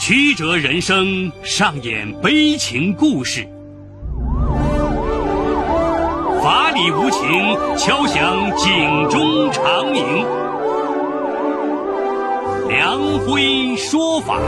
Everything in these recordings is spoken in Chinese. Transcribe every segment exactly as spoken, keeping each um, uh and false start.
曲折人生上演悲情故事，法理无情敲响警钟长鸣。梁辉说法。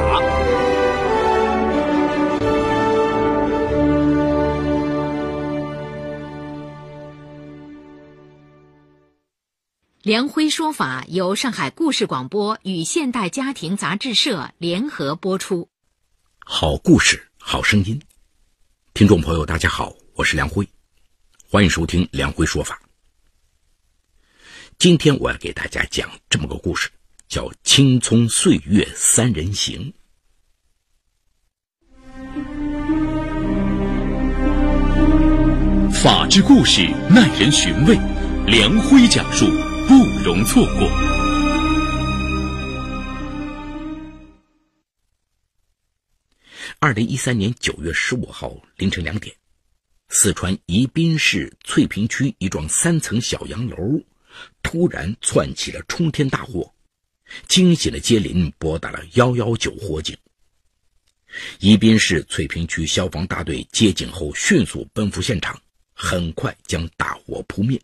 梁辉说法由上海故事广播与现代家庭杂志社联合播出。 好故事，好声音。听众朋友大家好，我是梁辉，欢迎收听梁辉说法。今天我要给大家讲这么个故事，叫《青葱岁月三人行》。 法治故事耐人寻味，梁辉讲述不容错过。 二零一三年九月十五号凌晨两点，四川宜宾市翠屏区一幢三层小洋楼突然窜起了冲天大火，惊险的街邻拨打了一一九火警。宜宾市翠屏区消防大队接警后迅速奔赴现场，很快将大火扑灭。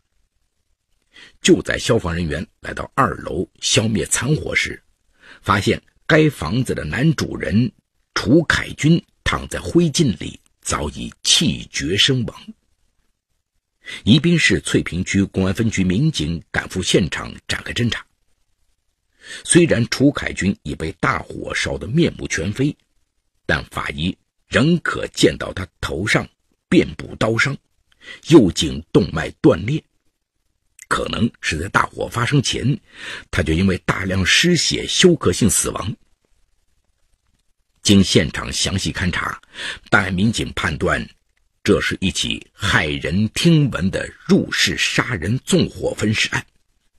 就在消防人员来到二楼消灭残火时，发现该房子的男主人楚凯军躺在灰烬里，早已气绝身亡。宜宾市翠屏区公安分局民警赶赴现场展开侦查。虽然楚凯军已被大火烧得面目全非，但法医仍可见到他头上遍布刀伤，右颈动脉断裂，可能是在大火发生前他就因为大量失血休克性死亡。经现场详细勘查，办案民警判断这是一起骇人听闻的入室杀人纵火分尸案。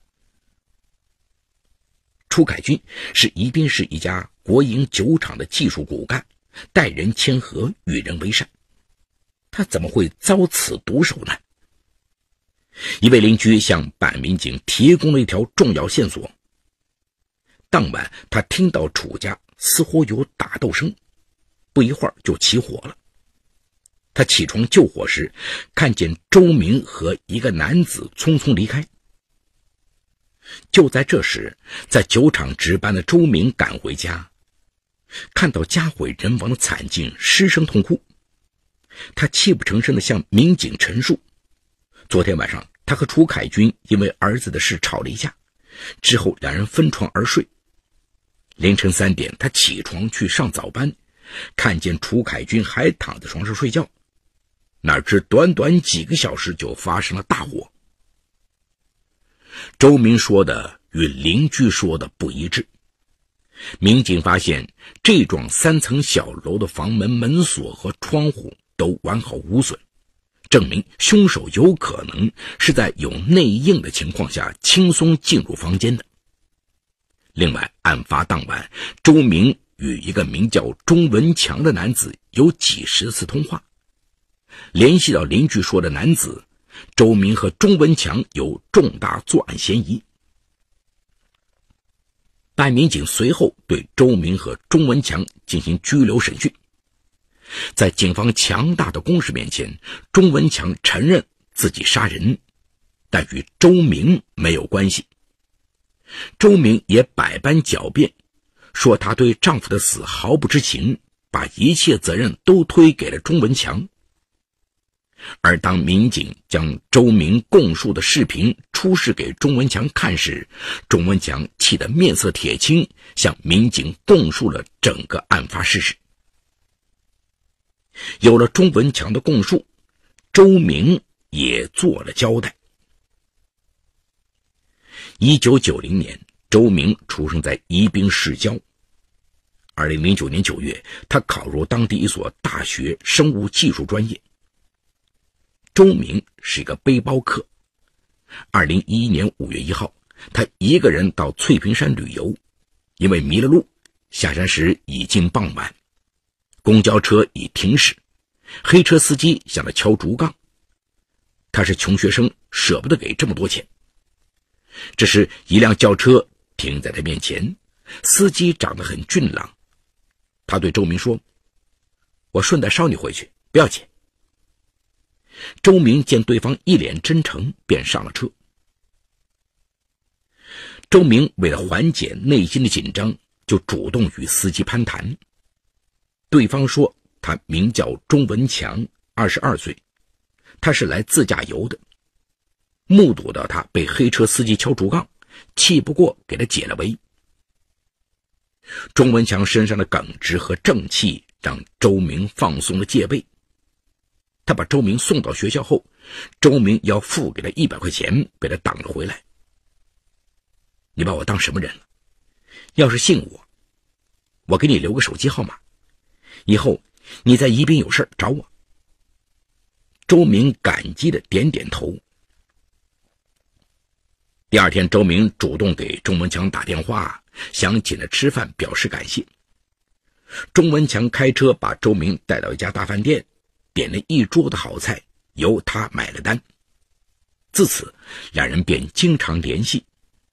楚凯军是宜宾市一家国营酒厂的技术骨干，待人谦和，与人为善，他怎么会遭此毒手呢？一位邻居向办案民警提供了一条重要线索。当晚他听到楚家似乎有打斗声，不一会儿就起火了。他起床救火时，看见周明和一个男子匆匆离开。就在这时，在酒厂值班的周明赶回家，看到家毁人亡的惨境，失声痛哭。他泣不成声地向民警陈述，昨天晚上他和楚凯军因为儿子的事吵了一架，之后两人分床而睡。凌晨三点，他起床去上早班，看见楚凯军还躺在床上睡觉，哪知短短几个小时就发生了大火。周明说的与邻居说的不一致。民警发现这幢三层小楼的房门门锁和窗户都完好无损，证明凶手有可能是在有内应的情况下轻松进入房间的。另外，案发当晚，周明与一个名叫钟文强的男子有几十次通话。联系到邻居说的男子，周明和钟文强有重大作案嫌疑。办案民警随后对周明和钟文强进行拘留审讯。在警方强大的攻势面前，钟文强承认自己杀人，但与周明没有关系。周明也百般狡辩，说她对丈夫的死毫不知情，把一切责任都推给了钟文强。而当民警将周明供述的视频出示给钟文强看时，钟文强气得面色铁青，向民警供述了整个案发事实。有了钟文强的供述，周明也做了交代。一九九零年，周明出生在宜宾市郊。二零零九年九月，他考入当地一所大学生物技术专业。周明是一个背包客。二零一一年五月一号，他一个人到翠屏山旅游，因为迷了路，下山时已近傍晚，公交车已停驶，黑车司机向他敲竹杠。他是穷学生，舍不得给这么多钱。这时一辆轿车停在他面前，司机长得很俊朗， 他对周明说：“我顺带捎你回去，不要紧。”周明见对方一脸真诚，便上了车。周明为了缓解内心的紧张，就主动与司机攀谈。对方说他名叫钟文强，二十二岁，他是来自驾游的，目睹到他被黑车司机敲竹杠，气不过给他解了围。钟文强身上的耿直和正气让周明放松了戒备。他把周明送到学校后，周明要付给他一百块钱，被他挡了回来。你把我当什么人了？要是信我，我给你留个手机号码，以后你在宜宾有事找我。周明感激的点点头。第二天，周明主动给钟文强打电话，想请他吃饭表示感谢。钟文强开车把周明带到一家大饭店，点了一桌的好菜，由他买了单。自此，两人便经常联系。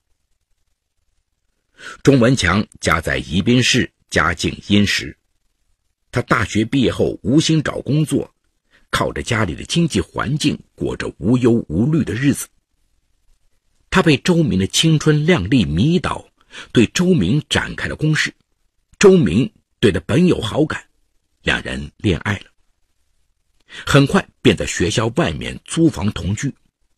钟文强家在宜宾市，家境殷实。他大学毕业后无心找工作，靠着家里的经济环境过着无忧无虑的日子。他被周明的青春靓丽迷倒，对周明展开了攻势。周明对他本有好感，两人恋爱了。很快便在学校外面租房同居。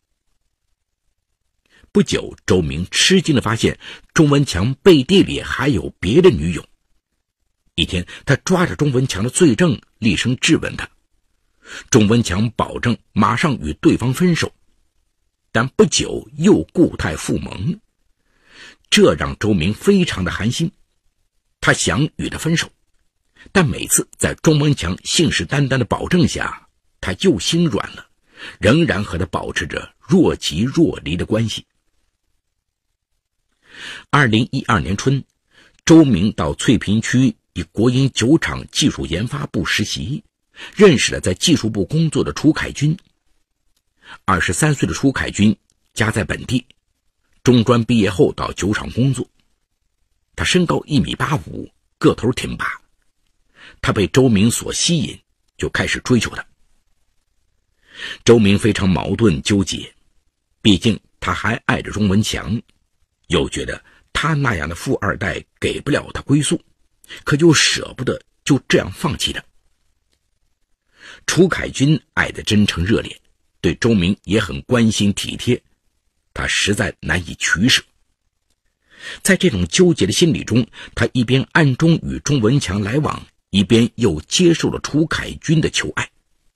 不久，周明吃惊地发现钟文强背地里还有别的女友。一天，他抓着钟文强的罪证，厉声质问他。钟文强保证马上与对方分手，但不久又故态复萌，这让周明非常的寒心。他想与他分手，但每次在钟文强信誓旦旦的保证下，他又心软了，仍然和他保持着若即若离的关系。二零一二年春，周明到翠屏区一国营酒厂技术研发部实习，认识了在技术部工作的楚凯军。二十三岁的楚凯军家在本地，中专毕业后到酒厂工作。他身高一米八五，个头挺拔。他被周明所吸引，就开始追求他。周明非常矛盾纠结，毕竟他还爱着钟文强，又觉得他那样的富二代给不了他归宿，可又舍不得就这样放弃他。楚凯军爱得真诚热烈，对周明也很关心体贴，他实在难以取舍。在这种纠结的心理中，他一边暗中与钟文强来往，一边又接受了楚凯军的求爱。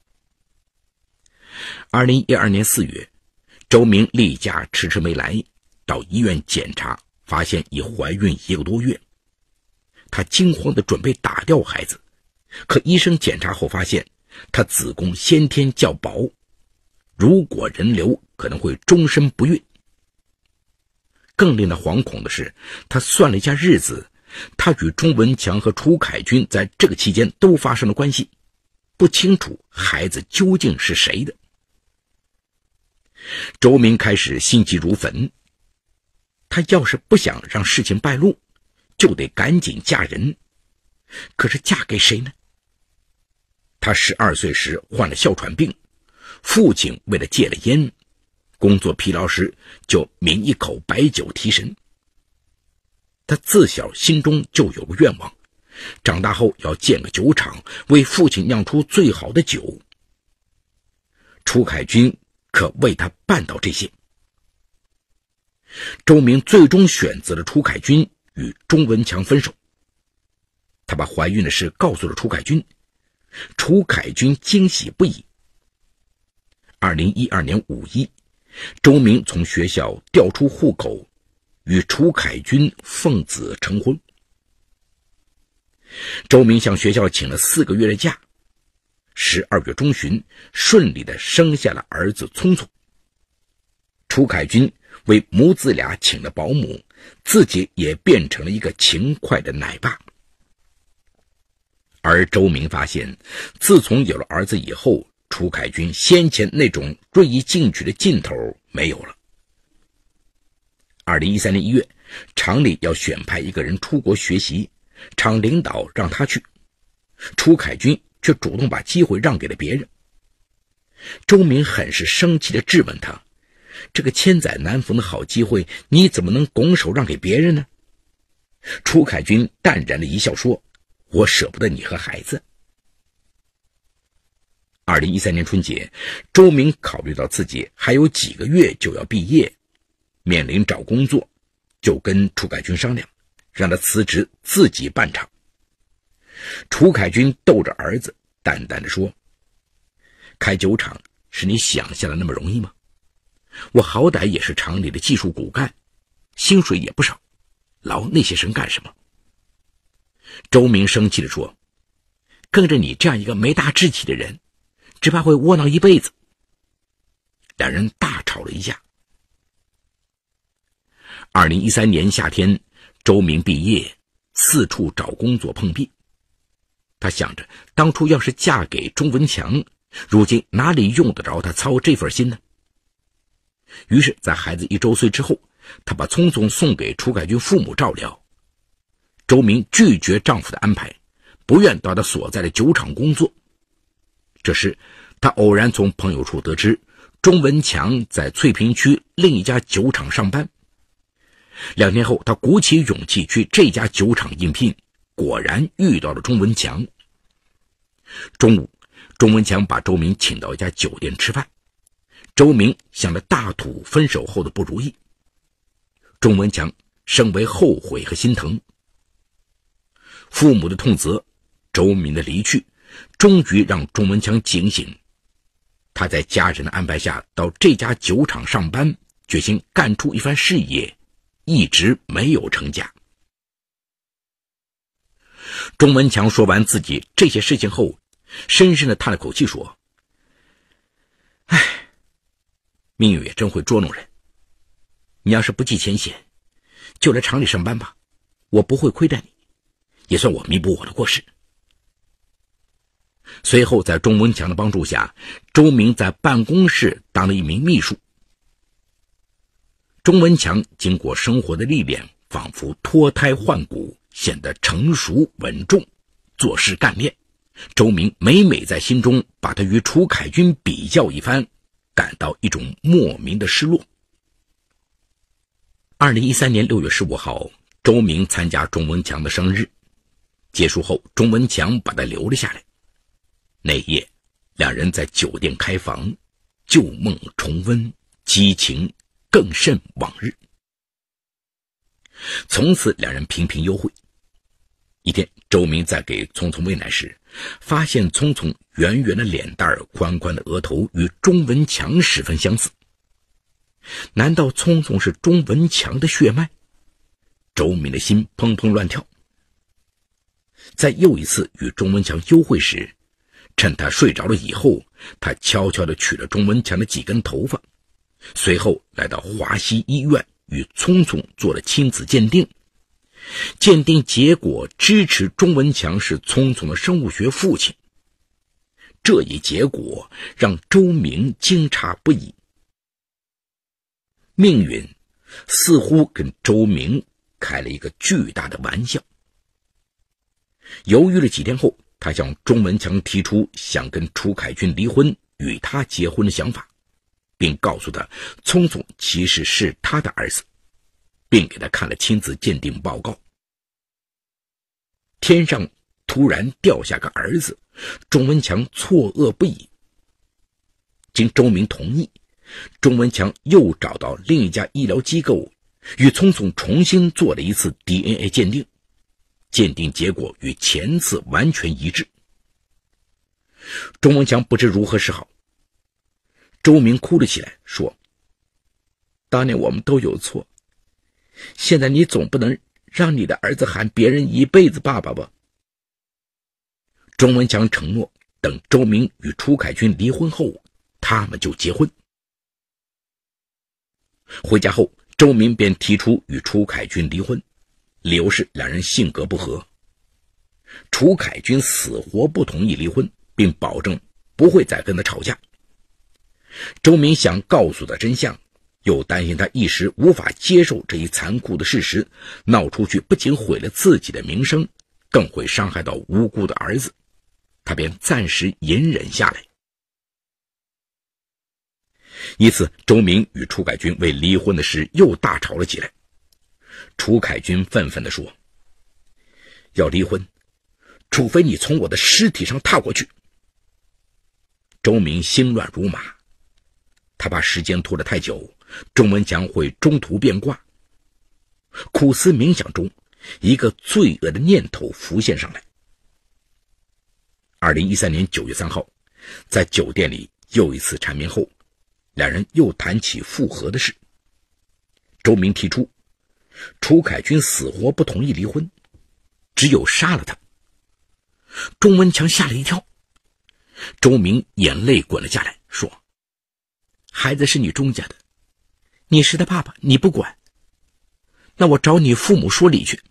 二零一二年四月，周明例假迟迟没来，到医院检查，发现已怀孕一个多月。他惊慌地准备打掉孩子，可医生检查后发现他子宫先天较薄，如果人流可能会终身不孕。更令他惶恐的是，他算了一下日子，他与钟文强和楚凯军在这个期间都发生了关系，不清楚孩子究竟是谁的。周明开始心急如焚，他要是不想让事情败露，就得赶紧嫁人。可是嫁给谁呢？他十二岁时患了哮喘病，父亲为了戒了烟，工作疲劳时就抿一口白酒提神。他自小心中就有个愿望，长大后要建个酒厂，为父亲酿出最好的酒。楚凯军可为他办到这些。周明最终选择了楚凯军，与钟文强分手。他把怀孕的事告诉了楚凯军，楚凯军惊喜不已。二零一二年五一，周明从学校调出户口，与楚凯军奉子成婚。周明向学校请了四个月的假，十二月中旬顺利地生下了儿子聪聪。楚凯军为母子俩请了保姆，自己也变成了一个勤快的奶爸。而周明发现，自从有了儿子以后，楚凯军先前那种锐意进取的劲头没有了。二零一三年一月，厂里要选派一个人出国学习，厂领导让他去。 楚凯军却主动把机会让给了别人。周明很是生气地质问他，这个千载难逢的好机会，你怎么能拱手让给别人呢？楚凯军淡然的一笑说，我舍不得你和孩子。二零一三年春节，周明考虑到自己还有几个月就要毕业，面临找工作，就跟楚凯军商量，让他辞职自己办厂。楚凯军逗着儿子淡淡的说，开酒厂是你想象的那么容易吗？我好歹也是厂里的技术骨干，薪水也不少，劳那些神干什么？周明生气地说，跟着你这样一个没大志气的人，只怕会窝囊一辈子。两人大吵了一架。二零一三年夏天，周明毕业，四处找工作碰壁。他想着，当初要是嫁给钟文强，如今哪里用得着他操这份心呢？于是在孩子一周岁之后，他把聪聪送给楚凯军父母照料。周明拒绝丈夫的安排，不愿到他所在的酒厂工作。这时他偶然从朋友处得知，钟文强在翠屏区另一家酒厂上班。两天后，他鼓起勇气去这家酒厂应聘，果然遇到了钟文强。中午，钟文强把周明请到一家酒店吃饭。周明想了大吐分手后的不如意，钟文强深为后悔和心疼。父母的痛责，周明的离去，终于让钟文强警醒。他在家人的安排下到这家酒厂上班，决心干出一番事业，一直没有成家。钟文强说完自己这些事情后，深深地叹了口气说，唉，命运也真会捉弄人。你要是不计前嫌，就来厂里上班吧，我不会亏待你，也算我弥补我的过失。随后在钟文强的帮助下，周明在办公室当了一名秘书。钟文强经过生活的历练，仿佛脱胎换骨，显得成熟稳重，做事干练。周明每每在心中把他与楚凯军比较一番，感到一种莫名的失落。二零一三年六月十五号，周明参加钟文强的生日，结束后，钟文强把他留了下来。那夜，两人在酒店开房，旧梦重温，激情更甚往日。从此两人频频幽会。一天，周明在给聪聪喂奶时，发现聪聪圆圆的脸蛋儿、宽宽的额头与钟文强十分相似。难道聪聪是钟文强的血脉？周明的心砰砰乱跳。在又一次与钟文强幽会时，趁他睡着了以后，他悄悄地取了钟文强的几根头发，随后来到华西医院与聪聪做了亲子鉴定。鉴定结果支持钟文强是聪聪的生物学父亲。这一结果让周明惊诧不已。命运似乎跟周明开了一个巨大的玩笑。犹豫了几天后，他向钟文强提出想跟楚凯军离婚，与他结婚的想法，并告诉他聪聪其实是他的儿子，并给他看了亲子鉴定报告。天上突然掉下个儿子，钟文强错愕不已。经周明同意，钟文强又找到另一家医疗机构，与聪聪重新做了一次 D N A 鉴定，鉴定结果与前次完全一致。钟文强不知如何是好。周明哭了起来，说：当年我们都有错，现在你总不能让你的儿子喊别人一辈子爸爸吧？钟文强承诺，等周明与楚凯军离婚后，他们就结婚。回家后，周明便提出与楚凯军离婚，理由是两人性格不合。楚凯军死活不同意离婚，并保证不会再跟他吵架。周明想告诉他真相，又担心他一时无法接受这一残酷的事实，闹出去不仅毁了自己的名声，更会伤害到无辜的儿子。 他便暂时隐忍下来。一次，周明与楚凯军为离婚的事又大吵了起来。楚凯军愤愤地说：“要离婚，除非你从我的尸体上踏过去。”周明心乱如麻，他怕时间拖得太久，钟文强会中途变卦。苦思冥想中，一个罪恶的念头浮现上来。二零一三年九月三号，在酒店里又一次缠绵后，两人又谈起复合的事。周明提出，楚凯军死活不同意离婚，只有杀了他。钟文强吓了一跳，周明眼泪滚了下来，说：“孩子是你钟家的，你是他爸爸，你不管，那我找你父母说理去。”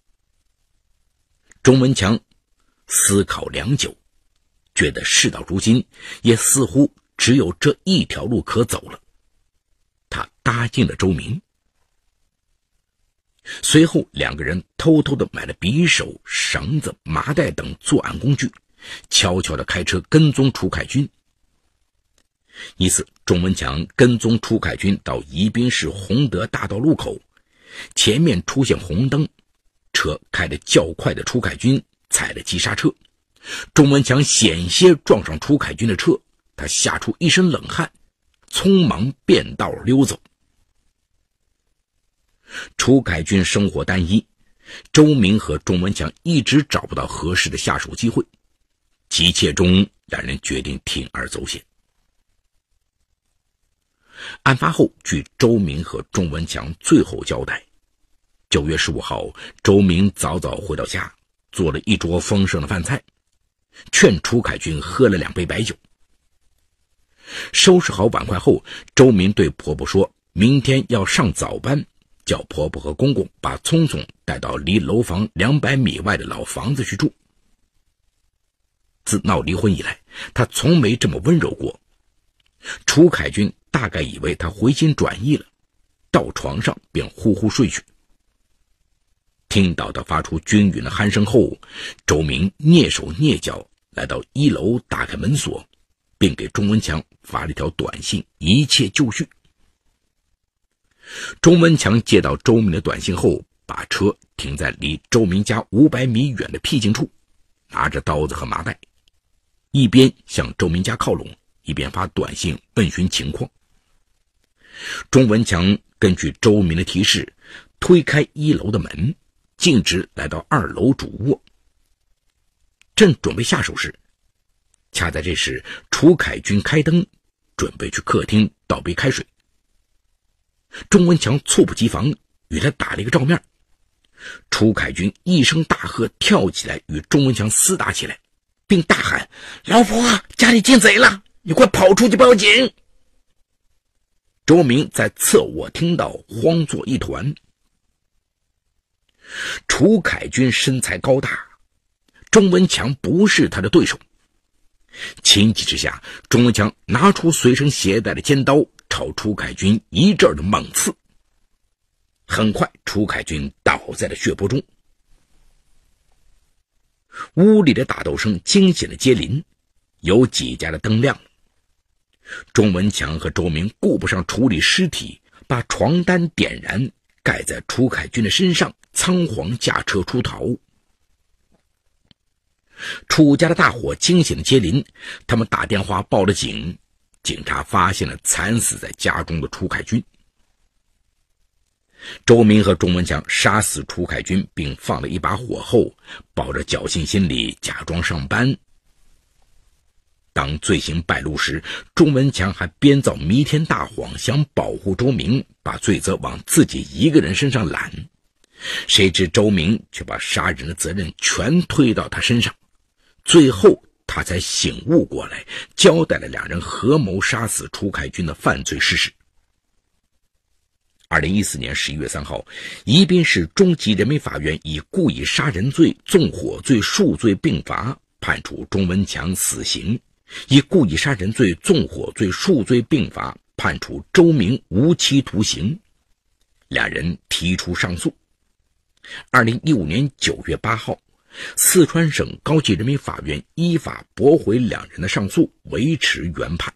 钟文强思考良久，觉得事到如今也似乎只有这一条路可走了。他答应了周明。随后两个人偷偷地买了匕首、绳子、麻袋等作案工具，悄悄地开车跟踪楚凯军。一次，钟文强跟踪楚凯军到宜宾市洪德大道路口，前面出现红灯，车开得较快的楚凯军踩了急刹车，钟文强险些撞上楚凯军的车，他吓出一身冷汗，匆忙变道溜走。楚凯军生活单一，周明和钟文强一直找不到合适的下手机会，急切中两人决定铤而走险。案发后，据周明和钟文强最后交代，九月十五号，周明早早回到家，做了一桌丰盛的饭菜，劝楚凯军喝了两杯白酒。收拾好碗筷后，周明对婆婆说明天要上早班，叫婆婆和公公把聪聪带到离楼房两百米外的老房子去住。自闹离婚以来，他从没这么温柔过。楚凯军大概以为他回心转意了，到床上便呼呼睡去。听到他发出均匀的鼾声后，周明蹑手蹑脚来到一楼，打开门锁，并给钟文强发了一条短信，一切就绪。钟文强接到周明的短信后，把车停在离周明家五百米远的僻静处，拿着刀子和麻袋，一边向周明家靠拢，一边发短信问询情况。钟文强根据周明的提示，推开一楼的门，径直来到二楼主卧。正准备下手时，恰在这时，楚凯军开灯，准备去客厅倒杯开水。钟文强猝不及防，与他打了一个照面。楚凯军一声大喝，跳起来与钟文强厮打起来，并大喊：“老婆，家里进贼了，你快跑出去报警！”周明在侧卧听到，慌作一团。楚凯军身材高大，钟文强不是他的对手。情急之下，钟文强拿出随身携带的尖刀，朝楚凯军一阵的猛刺。很快，楚凯军倒在了血泊中。屋里的打斗声惊醒了街邻，有几家的灯亮了。钟文强和周明顾不上处理尸体，把床单点燃，盖在楚凯军的身上，仓皇驾车出逃。楚家的大火惊醒了街邻，他们打电话报了警。警察发现了惨死在家中的楚凯军。周明和钟文强杀死楚凯军并放了一把火后，抱着侥幸心理假装上班。当罪行败露时，钟文强还编造弥天大谎，想保护周明，把罪责往自己一个人身上揽。谁知周明却把杀人的责任全推到他身上，最后他才醒悟过来，交代了两人合谋杀死楚凯军的犯罪事实。二零一四年十一月三号，宜宾市中级人民法院以故意杀人罪、纵火罪数罪并罚，判处钟文强死刑；以故意杀人罪、纵火罪数罪并罚，判处周明无期徒刑。两人提出上诉。二零一五年九月八号， 四川省高级人民法院依法驳回两人的上诉，维持原判。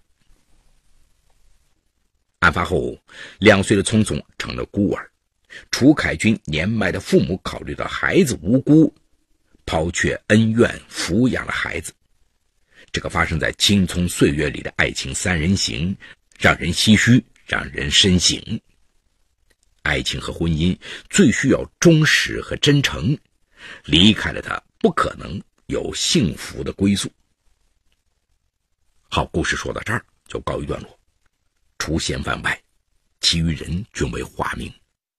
案发后，两岁的聪聪成了孤儿，楚凯军年迈的父母考虑到孩子无辜，抛却恩怨，抚养了孩子。这个发生在青葱岁月里的爱情三人行，让人唏嘘，让人深省。爱情和婚姻最需要忠实和真诚，离开了它，不可能有幸福的归宿。好，故事说到这儿就告一段落。除嫌犯外，其余人均为化名。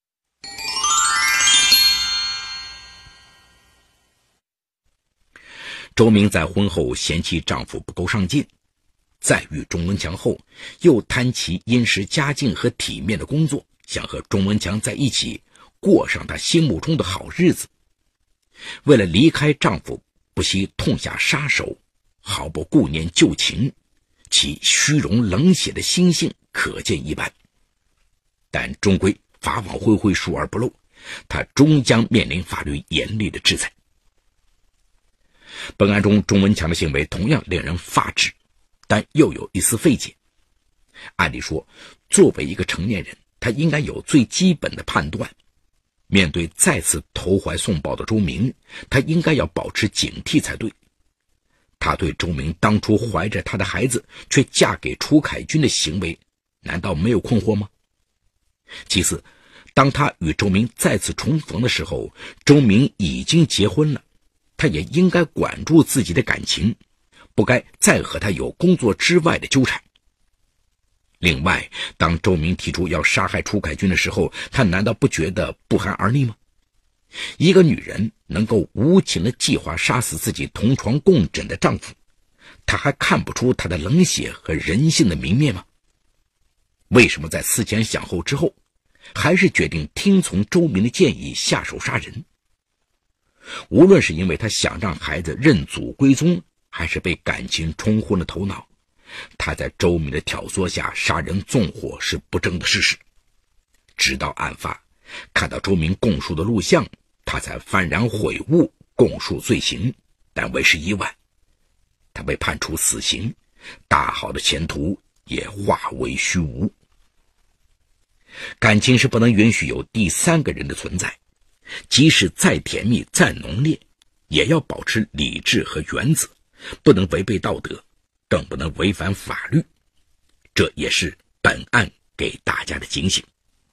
周明在婚后嫌弃丈夫不够上进，再遇钟文强后，又贪其殷实家境和体面的工作，想和钟文强在一起过上他心目中的好日子。为了离开丈夫，不惜痛下杀手，毫不顾念旧情，其虚荣冷血的心性可见一斑。但终归法网恢恢，疏而不漏，他终将面临法律严厉的制裁。本案中，钟文强的行为同样令人发指，但又有一丝费解。按理说，作为一个成年人，他应该有最基本的判断。面对再次投怀送抱的周明，他应该要保持警惕才对。他对周明当初怀着他的孩子却嫁给楚凯军的行为，难道没有困惑吗？其次，当他与周明再次重逢的时候，周明已经结婚了，他也应该管住自己的感情，不该再和他有工作之外的纠缠。另外，当周明提出要杀害楚凯军的时候，他难道不觉得不寒而栗吗？一个女人能够无情地计划杀死自己同床共枕的丈夫，她还看不出她的冷血和人性的泯灭吗？为什么在思前想后之后，还是决定听从周明的建议下手杀人？无论是因为他想让孩子认祖归宗，还是被感情冲昏了头脑，他在周明的挑唆下杀人纵火是不争的事实。直到案发，看到周明供述的录像，他才幡然悔悟，供述罪行，但为时已晚。他被判处死刑，大好的前途也化为虚无。感情是不能允许有第三个人的存在，即使再甜蜜再浓烈，也要保持理智和原则，不能违背道德，更不能违反法律。这也是本案给大家的警醒。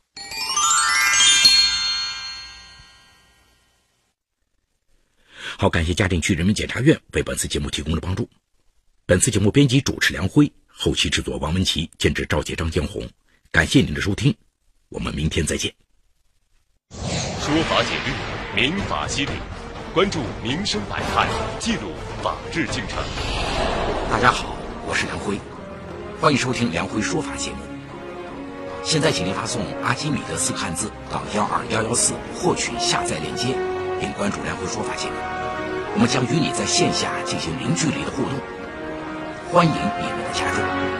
好，感谢嘉定区人民检察院为本次节目提供的帮助。本次节目编辑主持梁辉，后期制作王文琪，监制赵杰、张建红。感谢您的收听，我们明天再见。 说法解律，民法析理，关注民生百态，记录法治进程。 大家好，我是梁辉，欢迎收听梁辉说法节目。现在请您发送阿基米德四个汉字到幺二幺幺四获取下载链接，并关注梁辉说法节目。我们将与你在线下进行零距离的互动，欢迎你们的加入。